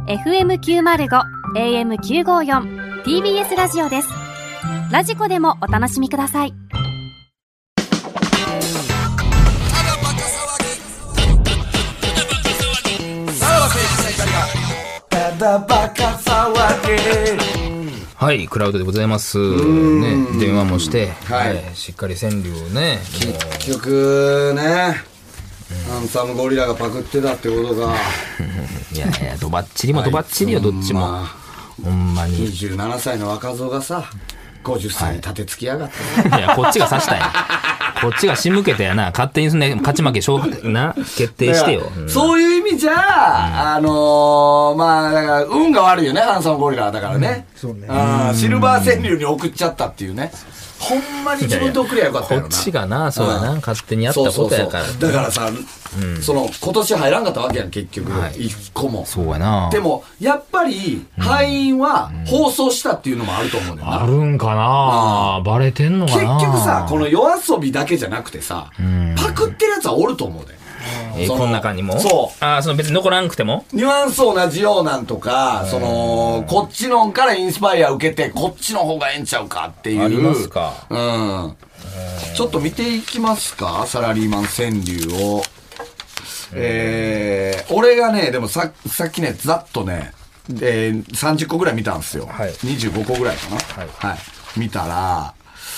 FM905 AM954 TBS ラジオです。ラジコでもお楽しみください。 はい、クラウドでございますね。電話もして、 はいしっかり川柳をね。 結局ね、ハンサムゴリラがパクってたってことがいやいや、ドバッチリもドバッチリよ、どっちも。ほんまに。 27歳の若造がさ、50歳に立てつきやがっていや、こっちが刺したんや。こっちが仕向けてやな、勝手にね、勝ち負け決定してよ。 そういう意味じゃ、まあ、だから、運が悪いよね、ハンサムゴリラだからね。そうね。シルバー川柳に送っちゃったっていうね。ほんまに自分で送りゃよかったよな。 こっちがな、そうやな、勝手にやったことやから。 だからさ、今年入らんかったわけやん、結局。一個も。 そうやな。 でも、やっぱり、敗因は、放送したっていうのもあると思うんだよな。 あるんかな、バレてんのかな。 結局さ、この夜遊びだけじゃなくてさ、パクってるやつはおると思うで。 この中にもそう。 その別に残らんくてもニュアンス同じようなんとか、こっちのからインスパイア受けて、こっちの方がええんちゃうかっていう。 ありますか。 ちょっと見ていきますか、サラリーマン川柳を。俺がね、でもさっきね、ざっとね、30個ぐらい見たんですよ。 はい、 25個ぐらいかな。はい。見たら、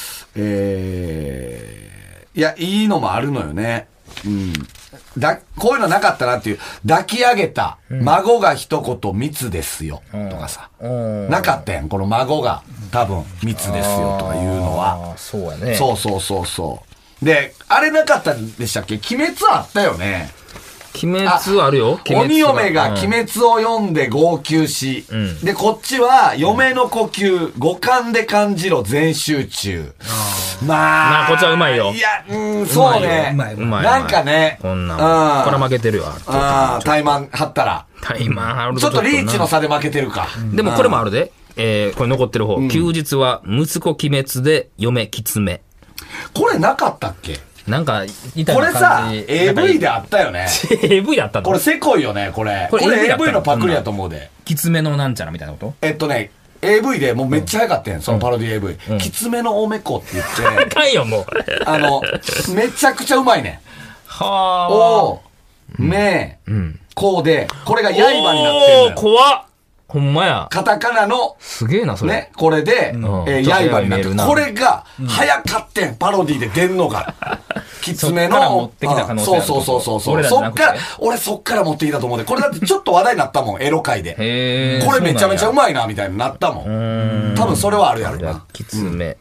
いや、いいのもあるのよね。こういうのなかったなっていう。抱き上げた孫が一言密ですよとかさ、なかったやん、この孫が多分密ですよとかいうのは。 そうやね。 そうで、あれなかったんでしたっけ？鬼滅あったよね。 鬼滅あるよ。 鬼嫁が鬼滅を読んで号泣し、でこっちは嫁の呼吸、五感で感じろ全集中。まあこっちはうまいよ。 いや、そうね。 うまい。 なんかね、 こんなんこれ負けてるよ。 怠慢張ったら。 怠慢張るとちょっとリーチの差で負けてるか。 でもこれもあるで。これ残ってる方。休日は息子鬼滅で嫁きつめ。 これなかったっけ？ なんか、 これさ、AV であったよね。 AV だったの？ これせこいよね、これ。これ AV のパクリやと思うで。 きつめのなんちゃらみたいなこと？ AV でもうめっちゃ早かったやん、そのパロディ AV。きつめのおめこって言って。 あかんよ、もう。めちゃくちゃうまいね。 はぁ。 お、め、こうで、これが刃になってんのよ。 怖っ。ほんまや。 カタカナの、 すげえな、それ。 ね、これで、刃になってる。これが、早かってん、パロディで出んのが。きつめの。 そっから持ってきた可能性ある。 そう。俺そっから持ってきたと思うで。これだってちょっと話題になったもん、エロ界で。これめちゃめちゃうまいな、みたいになったもん。多分それはあるやろな。 きつめ。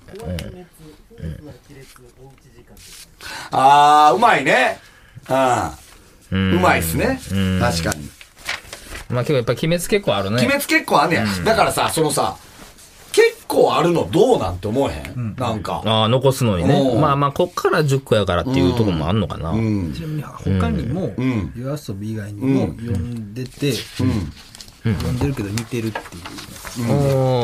うまいね。うまいっすね。確かに。 まあ結構やっぱ鬼滅結構あるね。 鬼滅結構あんねや。だからさ、結構あるのどうなんて思えへん？なんか。 残すのにね。まあ、こっから10個やからっていうところもあんのかな。 ちなみに他にも、夜遊び以外にも読んでて、読んでるけど似てるっていう。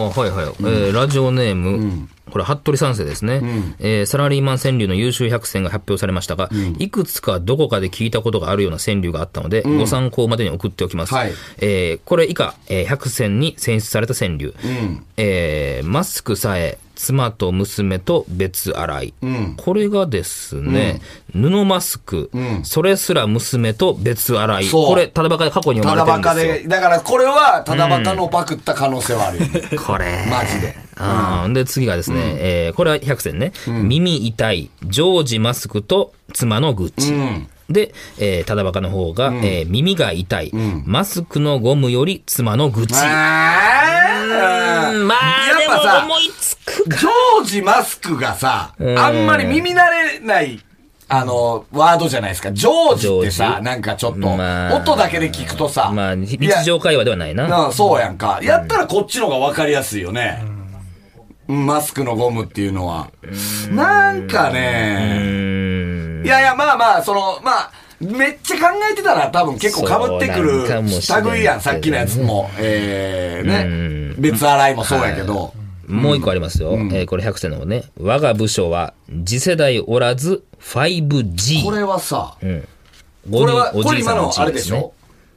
はい。ラジオネーム、これ、服部三世ですね。サラリーマン川柳の優秀100選が発表されましたが、いくつかどこかで聞いたことがあるような川柳があったので、ご参考までに送っておきます。これ以下、100選に選出された川柳。マスクさえ、妻と娘と別洗い。これがですね、布マスク、それすら娘と別洗い。これ、ただバカで過去に読まれてるんですよ。 ただバカで、だからこれはただバカのパクった可能性はあるよね。 これ。 マジで。 で、次がですね、これは100選ね。耳痛い、ジョージマスクと妻の愚痴。で、ただバカの方が、耳が痛い、マスクのゴムより妻の愚痴。まあ、でも思いつくか。 ジョージマスクがさ、あんまり耳慣れない、ワードじゃないですか。ジョージってさ、なんかちょっと、音だけで聞くとさ。 まあ、日常会話ではないな。 そうやんか。やったらこっちの方がわかりやすいよね。マスクのゴムっていうのは。なんかね、いや、まあ、めっちゃ考えてたら多分結構被ってくる類やん、さっきのやつも。ね。別洗いもそうやけど。 もう一個ありますよ。これ100選の方ね。我が部署は次世代おらず 5G。 これはさ、これ今のあれでしょ？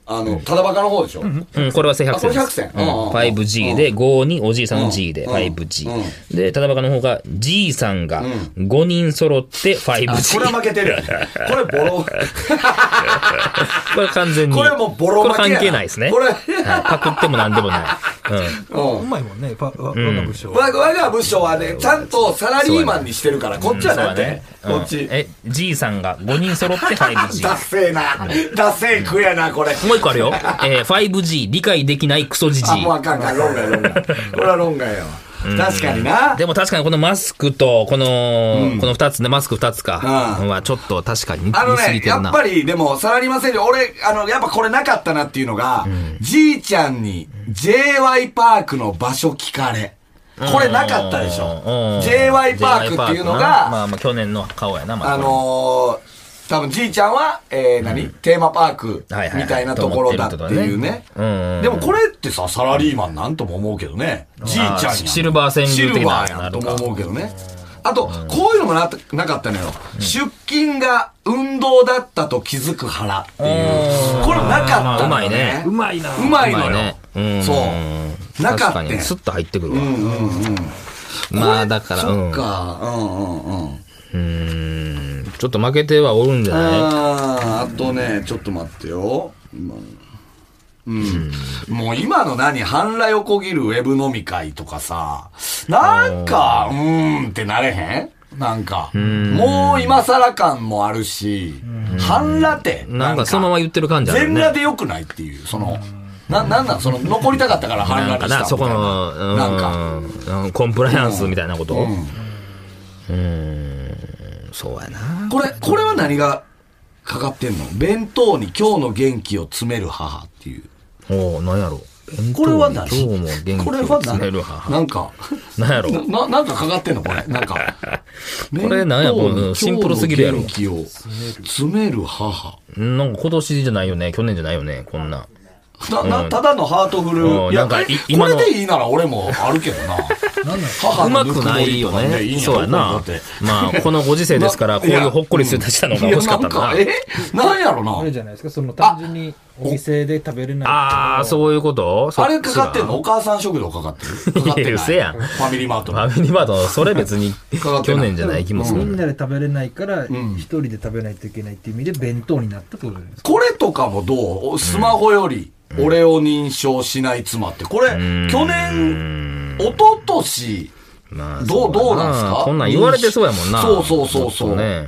ただバカの方でしょ？ これは正百線です。 これ百線。 5G で、5におじいさんの G で 5G。で、ただバカの方が G さんが5人揃って 5G。 これは負けてる。これボロ。 これ完全に。 これもうボロ負け。 これ関係ないですね。 これパクってもなんでもない。 うまいもんね、我が部署。 我が部署はね、ちゃんとサラリーマンにしてるから、こっちはだって。こっち。 G さんが5人揃って 5G。 ダッセーな。ダッセー食やな、これ。 もう一個あるよ。5G 理解できないクソじじい。 もうあかんか、論外。これは論外よ。確かにな。 でも確かにこのマスクと、この二つね、マスク二つか。はちょっと確かに似すぎてるな。 やっぱりでもサラリーマン戦略、俺、やっぱこれなかったなっていうのが、じいちゃんに JY パークの場所聞かれ。これなかったでしょ。JY パークっていうのが、 まあ去年の顔やな、 多分じいちゃんは、テーマパークみたいなところだっていうね。でもこれってさ、サラリーマンなんとも思うけどね。じいちゃんや。 シルバー川柳的な。 シルバーやんとも思うけどね。あと、こういうのもなかったのよ。出勤が運動だったと気づく腹っていう。これなかったのよ。 うまいね。 うまいな。 うまいのよ。そう。なかった。 スッと入ってくるわ。まあだから、 そっか。 ちょっと負けてはおるんじゃない？ あとね、ちょっと待ってよ。もう今の半裸横切るウェブ飲み会とかさ、なんか、ってなれへん？なんか、もう今更感もあるし、半裸って。 なんかそのまま言ってる感じあるね。 全裸でよくないっていう、なんその、残りたかったから半裸にしたみたいな。 そこの、なんか、コンプライアンスみたいなことそうやな。 これは何がかかってんの？弁当に今日の元気を詰める母っていう。 何やろ。 これは何？ 今日も元気を詰める母。 なんか。 何やろ。 なんかかかってんのこれ。なんか。 これ何やろ。シンプルすぎるやろ。 元気を詰める母。 なんか今年じゃないよね。去年じゃないよね。こんな。 ただのハートフル。いや、これでいいなら俺もあるけどな。 うまくないよね。そうやな。まあ、このご時世ですから、こういうほっこりするたちなのが欲しかったんだな。 なんやろな。 あれじゃないですか、単純にお店で食べれない。 ああ、そういうこと？ あれかかってんの？お母さん食堂かかってる？かかってない。 せやん。 ファミリーマート。 ファミリーマート、それ別に去年じゃない気もする。 みんなで食べれないから、一人で食べないといけないっていう意味で弁当になったってことじゃないですか。 これとかもどう？スマホより。俺を認証しない妻って。これ、去年、一昨年、どうなんすか？ こんなん言われてそうやもんな。 そう。 ね。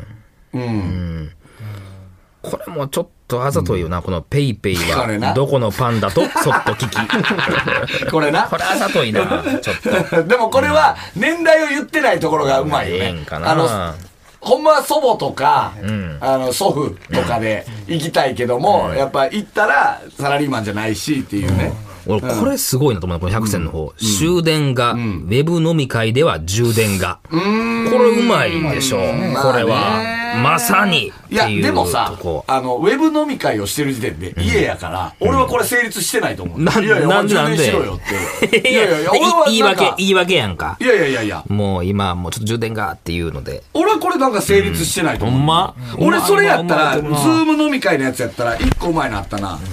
これもちょっとあざといよな。このペイペイは、どこのパンダとそっと聞き。 これな。 これあざといな。ちょっと。 でもこれは、年代を言ってないところがうまいよね。ほんまは祖母とか、祖父とかで行きたいけども、やっぱ行ったらサラリーマンじゃないしっていうね。 俺、これすごいなと思う。この100選の方。終電が、ウェブ飲み会では充電が。これうまいでしょ。これは。まさに。 いや、でもさ、ウェブ飲み会をしてる時点で家やから、俺はこれ成立してないと思う。 なんでしろよって。いや言い訳やんか。 いや。 もう今、もうちょっと充電がっていうので。 俺はこれなんか成立してないと思う。 ほんま？ 俺それやったら、ズーム飲み会のやつやったら、一個うまいのあったな。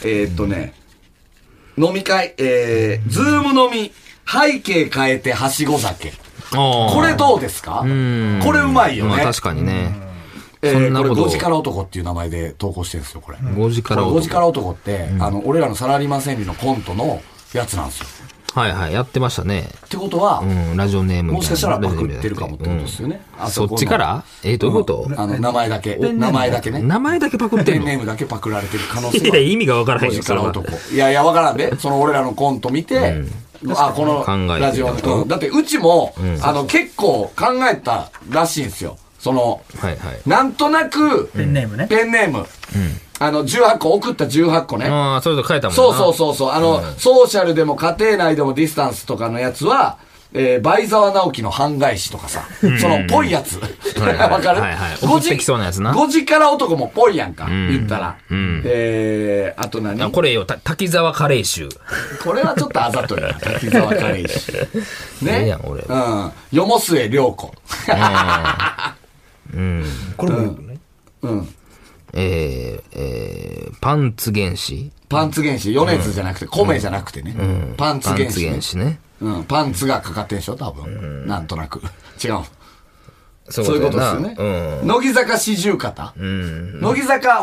飲み会、ズーム飲み、背景変えてはしご酒。これどうですか？これうまいよね。 確かにね。 これ5時から男っていう名前で投稿してるんですよ、これ。 5時から男。 5時から男って、俺らのサラリーマン川柳のコントのやつなんですよ。 はいはい、やってましたね。 ってことは、 ラジオネームもしかしたらパクってるかもってことですよね。 そっちからどういうこと？ 名前だけ。名前だけね。 名前だけパクってるの？ ペンネームだけパクられてる可能性は。 いや、意味がわからへんよ。 5時から男。いや、わからんで。その俺らのコント見て、このラジオの、だってうちも、結構考えたらしいんですよ。なんとなく、 ペンネームね。 ペンネーム。18個、送った18個ね。 ああ、それと書いたもんな。 そう。ソーシャルでも家庭内でもディスタンスとかのやつは、倍沢直樹の半返しとかさ、そのぽいやつ。わかる？ 送ってきそうなやつな。 5時から男もぽいやんか、言ったら。あと何？ これよ、滝沢カレー集。 これはちょっとあざといな、滝沢カレー集。ね。よもすえりょうこ。 これもよくね。 パンツ原子。 パンツ原子、米津じゃなくて、米じゃなくてね。パンツ原子、ね。 パンツ原子ね。 パンツがかかってんでしょ、多分。なんとなく。違う。 そういうことですよね。乃木坂四十肩。乃木坂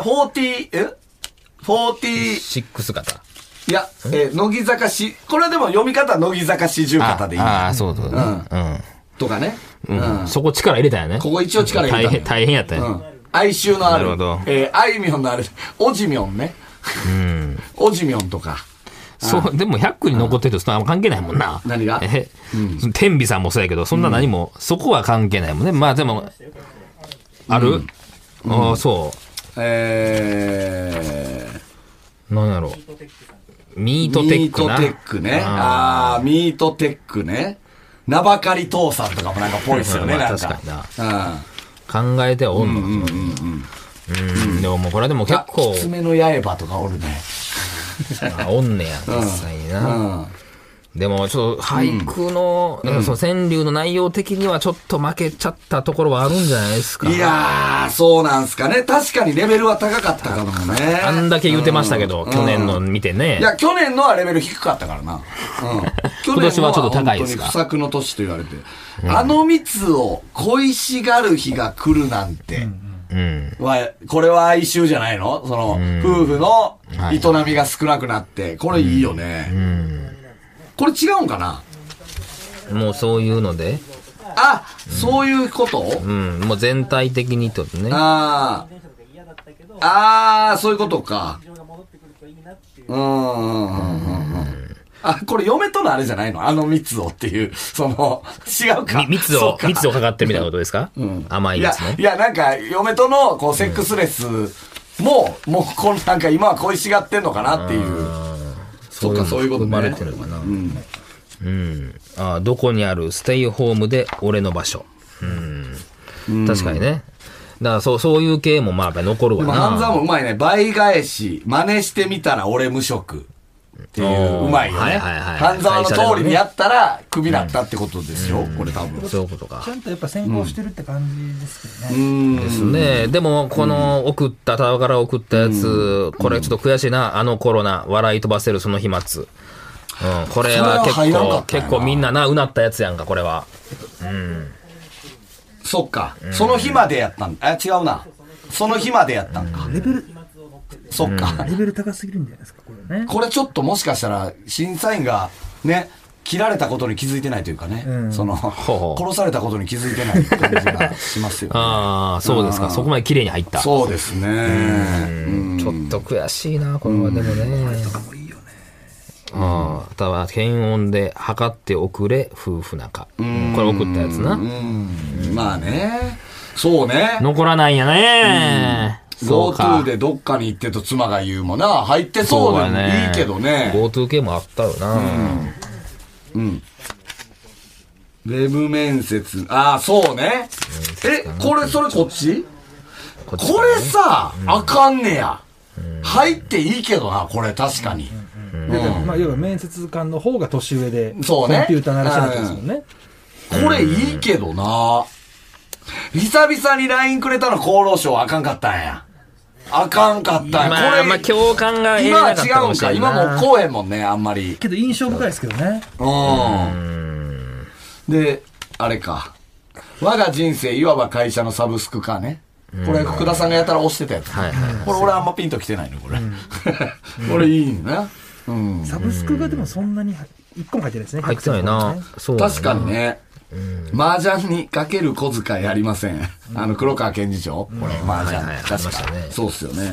46肩。 いや、乃木坂これでも読み方は乃木坂四十肩でいい。 ああ、そうだね。 とかね。 そこ力入れたよね。 ここ一応力入れた。 大変やったよ。 哀愁のある。 なるほど。 あいみょんのある。おじみょんね。おじみょんとか。 そう、でも100区に残ってるとそんな関係ないもんな。 何が天美さんもそうやけど、そんな何も、そこは関係ないもんね。まあでも、あるそう。何やろう。ミートテックな。 ミートテックね。ミートテックね。名ばかり父さんとかもなんかぽいっすよね、なんか。 確かにな。考えてはおんの。でももうこれでも結構。 きつめの刃とかおるね。 おんねや、実際にな。でもちょっと俳句の、その川柳の内容的にはちょっと負けちゃったところはあるんじゃないですか。 いやー、そうなんすかね。確かにレベルは高かったかもね。 あんだけ言うてましたけど、去年の見てね。 いや、去年のはレベル低かったからな。 今年はちょっと高いですか。 本当に不作の年と言われて。あの蜜を恋しがる日が来るなんて。これは哀愁じゃないの？その、夫婦の営みが少なくなって。これいいよね。これ違うんかな？ もうそういうので。 そういうこと？ もう全体的にとね。 そういうことか。これ嫁とのあれじゃないの？あの蜜をっていう、その、違うか。 蜜をかかってるみたいなことですか？甘いやつね。 いや、なんか、嫁との、こう、セックスレスもう、このなんか今は恋しがってんのかなっていう。そうか、そういうことね。 生まれてるのかな。どこにあるステイホームで俺の場所。確かにね。だからそういう系もまあやっぱり残るわな。 でも半沢もうまいね。倍返し、真似してみたら俺無職。っていう、うまいよね。半沢の通りにやったら、クビだったってことですよ。これ多分。 そういうことか。 ちゃんとやっぱ先行してるって感じですけどね。 ですね。でも、このタワから送ったやつ、これちょっと悔しいな。あのコロナ、笑い飛ばせるその飛沫。これは結構みんなうなったやつやんか、これは。 そっか。その日までやったんだ。違うな。その日までやったんか。 レベル、 そっか。 レベル高すぎるんじゃないですか、これね。 これちょっともしかしたら、審査員がね、切られたことに気づいてないというかね、その、殺されたことに気づいてない感じがしますよね。 そうですか。そこまで綺麗に入った。 そうですね。 ちょっと悔しいな、これはでもね。ただ検温で測っておくれ夫婦仲。これ送ったやつな。 まあね。そうね。 残らないんやね。 GoTo でどっかに行ってと妻が言うもな。入ってそうでもいいけどね。 GoTo 系もあったよな。 ウェブ面接。そうね。それこっち？これさ、あかんねや。入っていいけどな、これ確かに。 まあ、要は面接官の方が年上で、 そうね。 コンピューター慣れしてないですもんね。 これいいけどな。久々に LINE くれたの厚労省あかんかったんや。あかんかったんや。 これ、共感が今は違うんか。今もうこうへんもんね、あんまり。 けど印象深いですけどね。 で、あれか。我が人生いわば会社のサブスクかね。これ福田さんがやたら押してたやつ。これ俺あんまピンときてないの、これ。これいいね。 サブスクがでもそんなに一個も入ってないですね。 入ってないな。 確かにね。麻雀にかける小遣いありません。黒川検事長これ、麻雀。確かに。そうっすよね。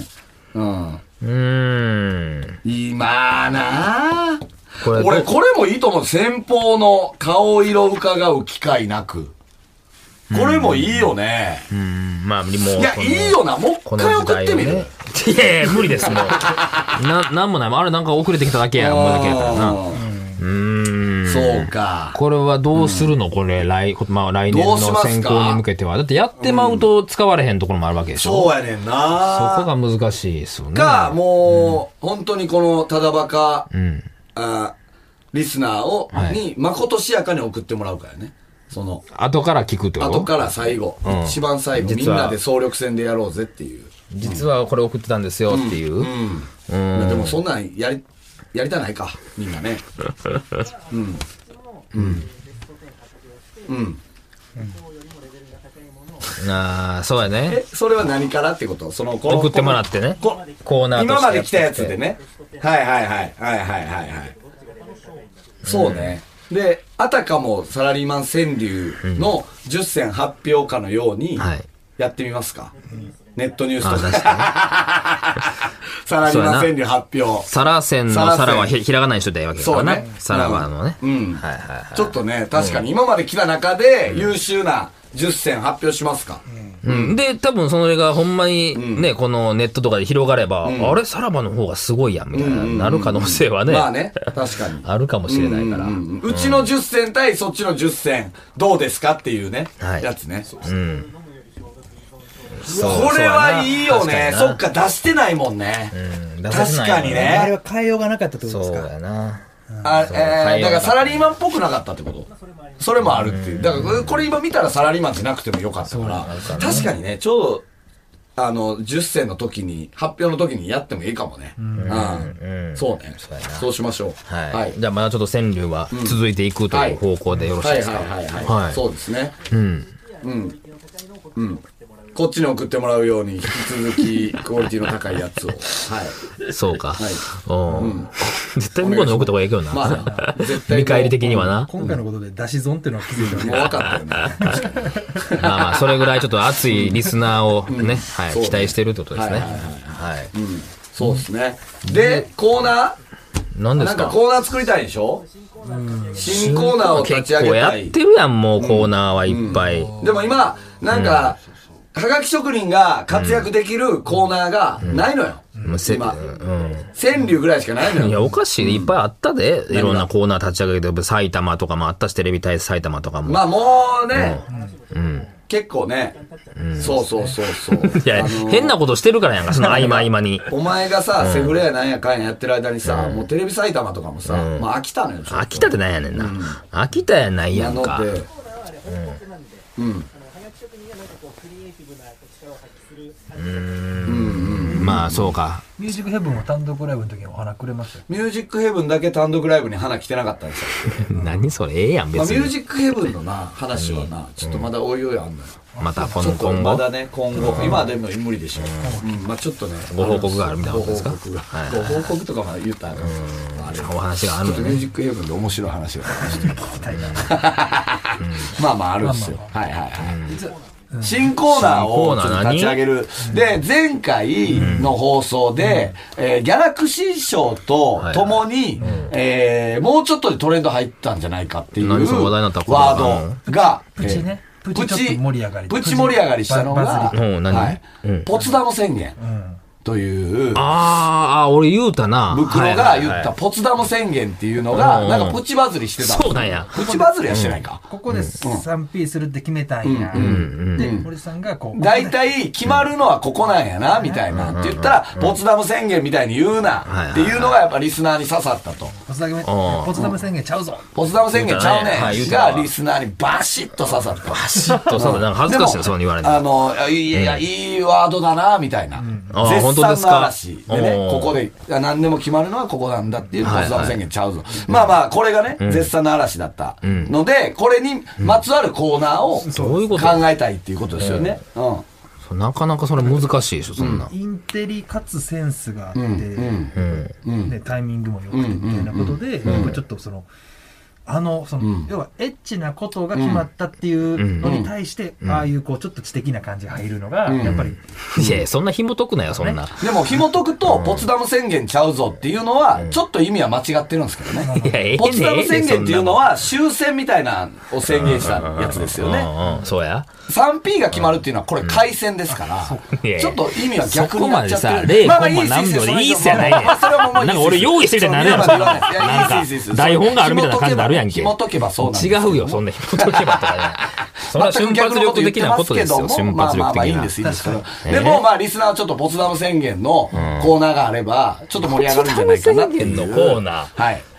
今な俺、これもいいと思う。先方の顔色伺う機会なく。これもいいよね。 まあ、リモート。 いや、いいよな。もう一回送ってみる。 いやいや、無理です、もう。なんもない。あれなんか遅れてきただけや、思うだけやからな。 そうか。 これはどうするのこれ、来年の選考に向けては。だってやってまうと使われへんところもあるわけでしょ。 そうやねんな。 そこが難しいですよね。 もう、本当にこのただバカ、リスナーに、まことしやかに送ってもらうからね。 後から聞くってこと？ 後から最後、一番最後、みんなで総力戦でやろうぜっていう。 実はこれ送ってたんですよっていう。 でもそんなんやりたないか、みんなね。 ああ、そうやね。 それは何からってこと？ 送ってもらってね。コーナーとして今まで来たやつでね。はい。そうね。で、あたかもサラリーマン川柳の10選発表かのようにやってみますか。ネットニュースとか。サラリーマン川柳発表。 サラ線のサラはひらがなにしといたらいいわけだからね。サラはね。 ちょっとね、確かに今まで来た中で優秀な10選発表しますか。 で、多分それがほんまにね、このネットとかで広がれば、あれさらばの方がすごいやんみたいな、なる可能性はね。 まあね、確かに。 あるかもしれないから。 うちの10選対そっちの10選、どうですかっていうね、やつね。これはいいよね。そっか、出してないもんね。確かにね。 あれは変えようがなかったってことですか？ そうやな。 だからサラリーマンっぽくなかったってこと？それもあるっていう。だからこれ今見たらサラリーマンじゃなくてもよかったから、確かにね、ちょうど10選の時に、発表の時にやってもいいかもね。そうね。そうしましょう。 はい。じゃあまだちょっと川柳は続いていくという方向でよろしいですか？ はい。そうですね。こっちに送ってもらうように引き続きクオリティの高いやつを。はい。 そうか。絶対向こうに送った方がいいけどな。まあ、絶対。見返り的にはな。 今回のことで出し損っていうのは気づいたもう分かったよね。 まあ、それぐらいちょっと熱いリスナーをね、期待してるってことですね。はい。 そうですね。で、コーナー何ですか？ なんかコーナー作りたいでしょ？新コーナーを立ち上げたい。 結構やってるやん、もうコーナーはいっぱい。 でも今、なんか、はがき職人が活躍できるコーナーがないのよ。今。川柳ぐらいしかないのよ。 いや、おかしい。いっぱいあったで。いろんなコーナー立ち上げて、埼玉とかもあったし、テレビ対埼玉とかも。 まあもうね、結構ね、そう。 いや、変なことしてるからやんか、その合間に。 お前がさ、セフレやなんやかんやってる間にさ、もうテレビ埼玉とかもさ、まあ飽きたのよ。 飽きたってなんやねんな。飽きたやないやんか。まあそうか。 ミュージックヘブンは単独ライブの時にお花くれましたよ。 ミュージックヘブンだけ単独ライブに花来てなかったんですよ。 何それ、ええやん別に。 ミュージックヘブンのな話はな、ちょっとまだおいおいあんのよ。 また今後まだね、今後今はでも無理でしょ。まあちょっとね、 ご報告があるみたいなことですか？ ご報告とかまで言ったらお話があるのね。 ミュージックヘブンで面白い話がまああるんですよ。はい。新コーナーを立ち上げる。で、前回の放送で、ギャラクシー賞と共に、もうちょっとでトレンド入ったんじゃないかっていうワードが、 プチね。プチ盛り上がり。 プチ盛り上がりしたのが、ポツダム宣言。という。 俺言うたな。 袋が言ったポツダム宣言っていうのが、なんかプチバズりしてた。 そうなんや。 プチバズりはしてないか。 ここで 3P するって決めたんや。で、森さんがこう。 大体決まるのはここなんやな、みたいな。って言ったら、ポツダム宣言みたいに言うな。っていうのがやっぱリスナーに刺さったと。 ポツダム宣言ちゃうぞ。 ポツダム宣言ちゃうねん。がリスナーにバシッと刺さった。 バシッと刺さった。なんか恥ずかしいな、そう言われて。 いいワードだな、みたいな。絶賛の嵐でね、ここで何でも決まるのはここなんだっていうポツダム宣言ちゃうぞ。まあこれがね、絶賛の嵐だったので、これにまつわるコーナーを考えたいっていうことですよね。 なかなかそれ難しいでしょ、そんな。 インテリかつセンスがあって、タイミングも良くてみたいなことで、ちょっと要はエッチなことが決まったっていうのに対して、ああいうちょっと知的な感じが入るのが、やっぱり。 いやそんな紐解くなよ、そんな。 でも紐解くと、ポツダム宣言ちゃうぞっていうのは、ちょっと意味は間違ってるんですけどね。ポツダム宣言っていうのは、終戦みたいなのを宣言したやつですよね。 そうや。 3P が決まるっていうのは、これ開戦ですから、ちょっと意味は逆になっちゃってる。 そこまでさ、0コンマ何秒でいいっすやないねん。なんか俺用意してるじゃないやろ、なんか台本があるみたいな感じになるやんけ。 紐解けばそうなんです。 違うよ、そんな紐解けばとかね。それは瞬発力的なことですよ、瞬発力的な。 いいんです、いいんですけど。でもリスナーはちょっとポツダム宣言のコーナーがあれば、ちょっと盛り上がるんじゃないかなっていう。 ポツダム宣言のコーナー。 はい。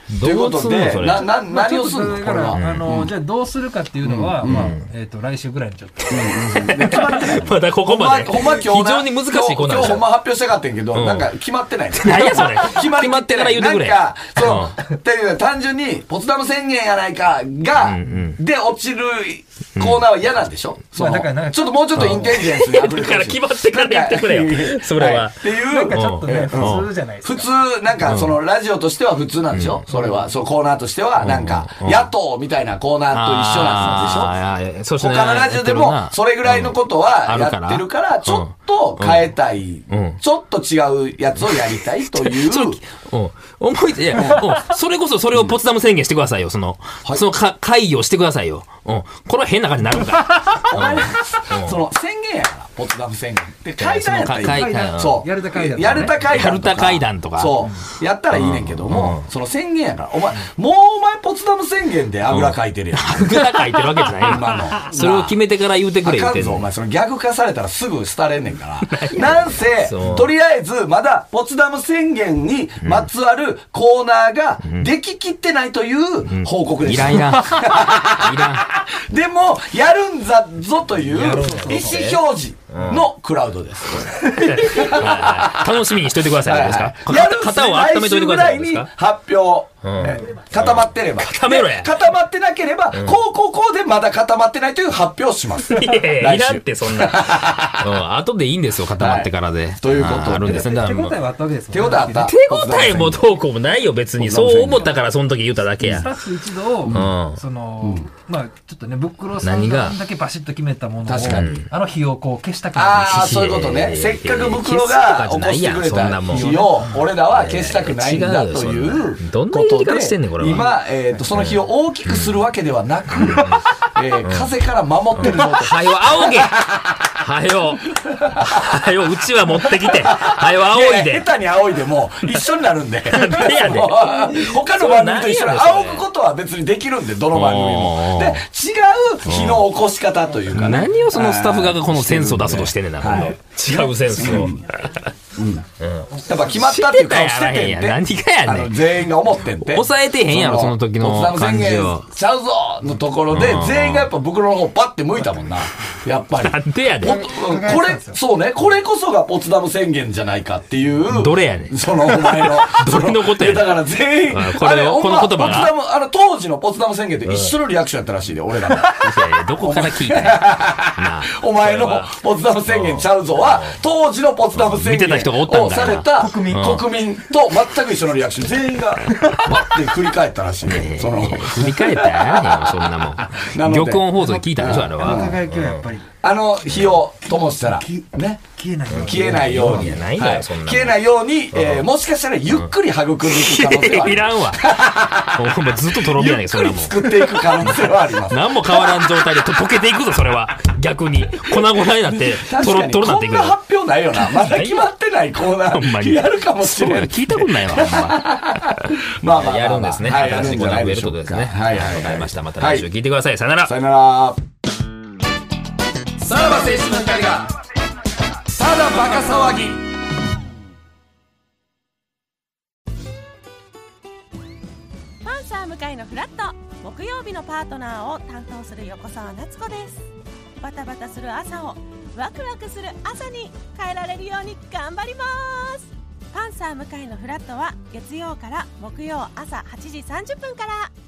ということで、何をするのだから、 うん、 じゃあどうするかっていうのは、 うん、 まあ、来週ぐらいにちょっと。 決まってない。まだここまで。 ほんま今日非常に難しい子なんですよ。 今日ほんま発表したかったんやけど、なんか決まってない。 何やそれ。 決まってから言うてくれ。 なんか、っていう単純に、ポツダム宣言やないかが、で落ちるコーナーは嫌なんでしょ、 まあだからなんかちょっともうちょっとインテリジェンスにあふれてほしい。 だから決まってから言ってくれよ。それは。 っていう。 なんかちょっとね、普通じゃないですか。 普通、なんかそのラジオとしては普通なんでしょ、それは。そう、コーナーとしては、なんか、野党みたいなコーナーと一緒なんでしょ。他のラジオでも、それぐらいのことはやってるから、ちょっと変えたい。ちょっと違うやつをやりたいという。 思い出、いや、それこそそれをポツダム宣言してくださいよ。その会議をしてくださいよ。これは変な感じになるんか。 その宣言やから、ポツダム宣言。で、会談やったらいい。 そう。やるた会談。 やるた会談とか。そう。やったらいいねんけども、その宣言やから、お前ポツダム宣言であぐらかいてるやん。 あぐらかいてるわけじゃない。今の。それを決めてから言うてくれ言うてんの。 お前そのギャグ化されたらすぐ廃れんねんから。なんせ、とりあえずまだポツダム宣言にまつわるコーナーができきってないという報告です。 いらん。 でも、やるんだぞという意思表示のクラウドです。 楽しみにしといてください。ですか。肩を温めといてください。 来週ぐらいに発表。固まってれば。 固めろや。 固まってなければ、こうでまだ固まってないという発表をします。 いらんって、そんな。後でいいんですよ、固まってからで。 ということあるんですね。 手応えはあったわけですもんね。 手応えあった。 手応えもどうこうもないよ、別に。そう思ったからその時言っただけや。 スタッフ一同、まあちょっとね、ブックロさんがだけバシッと決めたものを、日をこう消したくない。 ああ、そういうことね。せっかくブクロが起こしてくれた日を、俺らは消したくないんだということで、今、その日を大きくするわけではなく、風から守ってる状態。 はよ、仰げはよ、うちは持ってきて。はよ、仰いで。 下手に仰いでも一緒になるんで。 なんでやねん。 他の番組と一緒に仰ぐことは別にできるんで、どの番組も。で、違う日の起こし方というかね。 何をそのスタッフがこのセンスを出そうとしてんねんな、違うセンスを。 やっぱ決まったっていう顔しててんて。 何がやねん。 全員が思ってんて。 抑えてへんやろ、その時の感じを。 ちゃうぞのところで、全員がやっぱ袋の方パッて向いたもんな。やっぱり。 なんでやねん。 これ、そうね、これこそがポツダム宣言じゃないかっていう。 どれやねん。 そのお前の。 どれのことやねん。 だから全員、 この言葉が。 当時のポツダム宣言と一緒のリアクションやったらしいで、俺らの。 どこから聞いたんや。 お前のポツダム宣言ちゃうぞは、当時のポツダム宣言をされた国民と全く一緒のリアクション。全員が、パッて振り返ったらしいね。 振り返ったらそんなもん。玉音放送で聞いたでしょ、あれは。 輝きはやっぱり。 火を灯したら、ね。消えないように。消えないように、もしかしたらゆっくり育んでいく可能性はある。 いらんわ。ずっととろみやねん、そんなもん。 作っていく可能性はあります。 何も変わらん状態で溶けていくぞ、それは。逆に。粉々になって、とろとろなっていくよ。 こんな発表ないよな。まだ決まってないコーナーやるかもしれない。 聞いたことないわ、ほんま。まあ、やるんですね。新しいコーナー増えることですね。はい、わかりました。また来週聞いてください。さよなら。 さよなら。さらば青春の光が、ただバカ騒ぎ。 パンサー向井のフラット、木曜日のパートナーを担当する横澤夏子です。バタバタする朝をワクワクする朝に変えられるように頑張ります。パンサー向井のフラットは月曜から木曜朝8時30分から。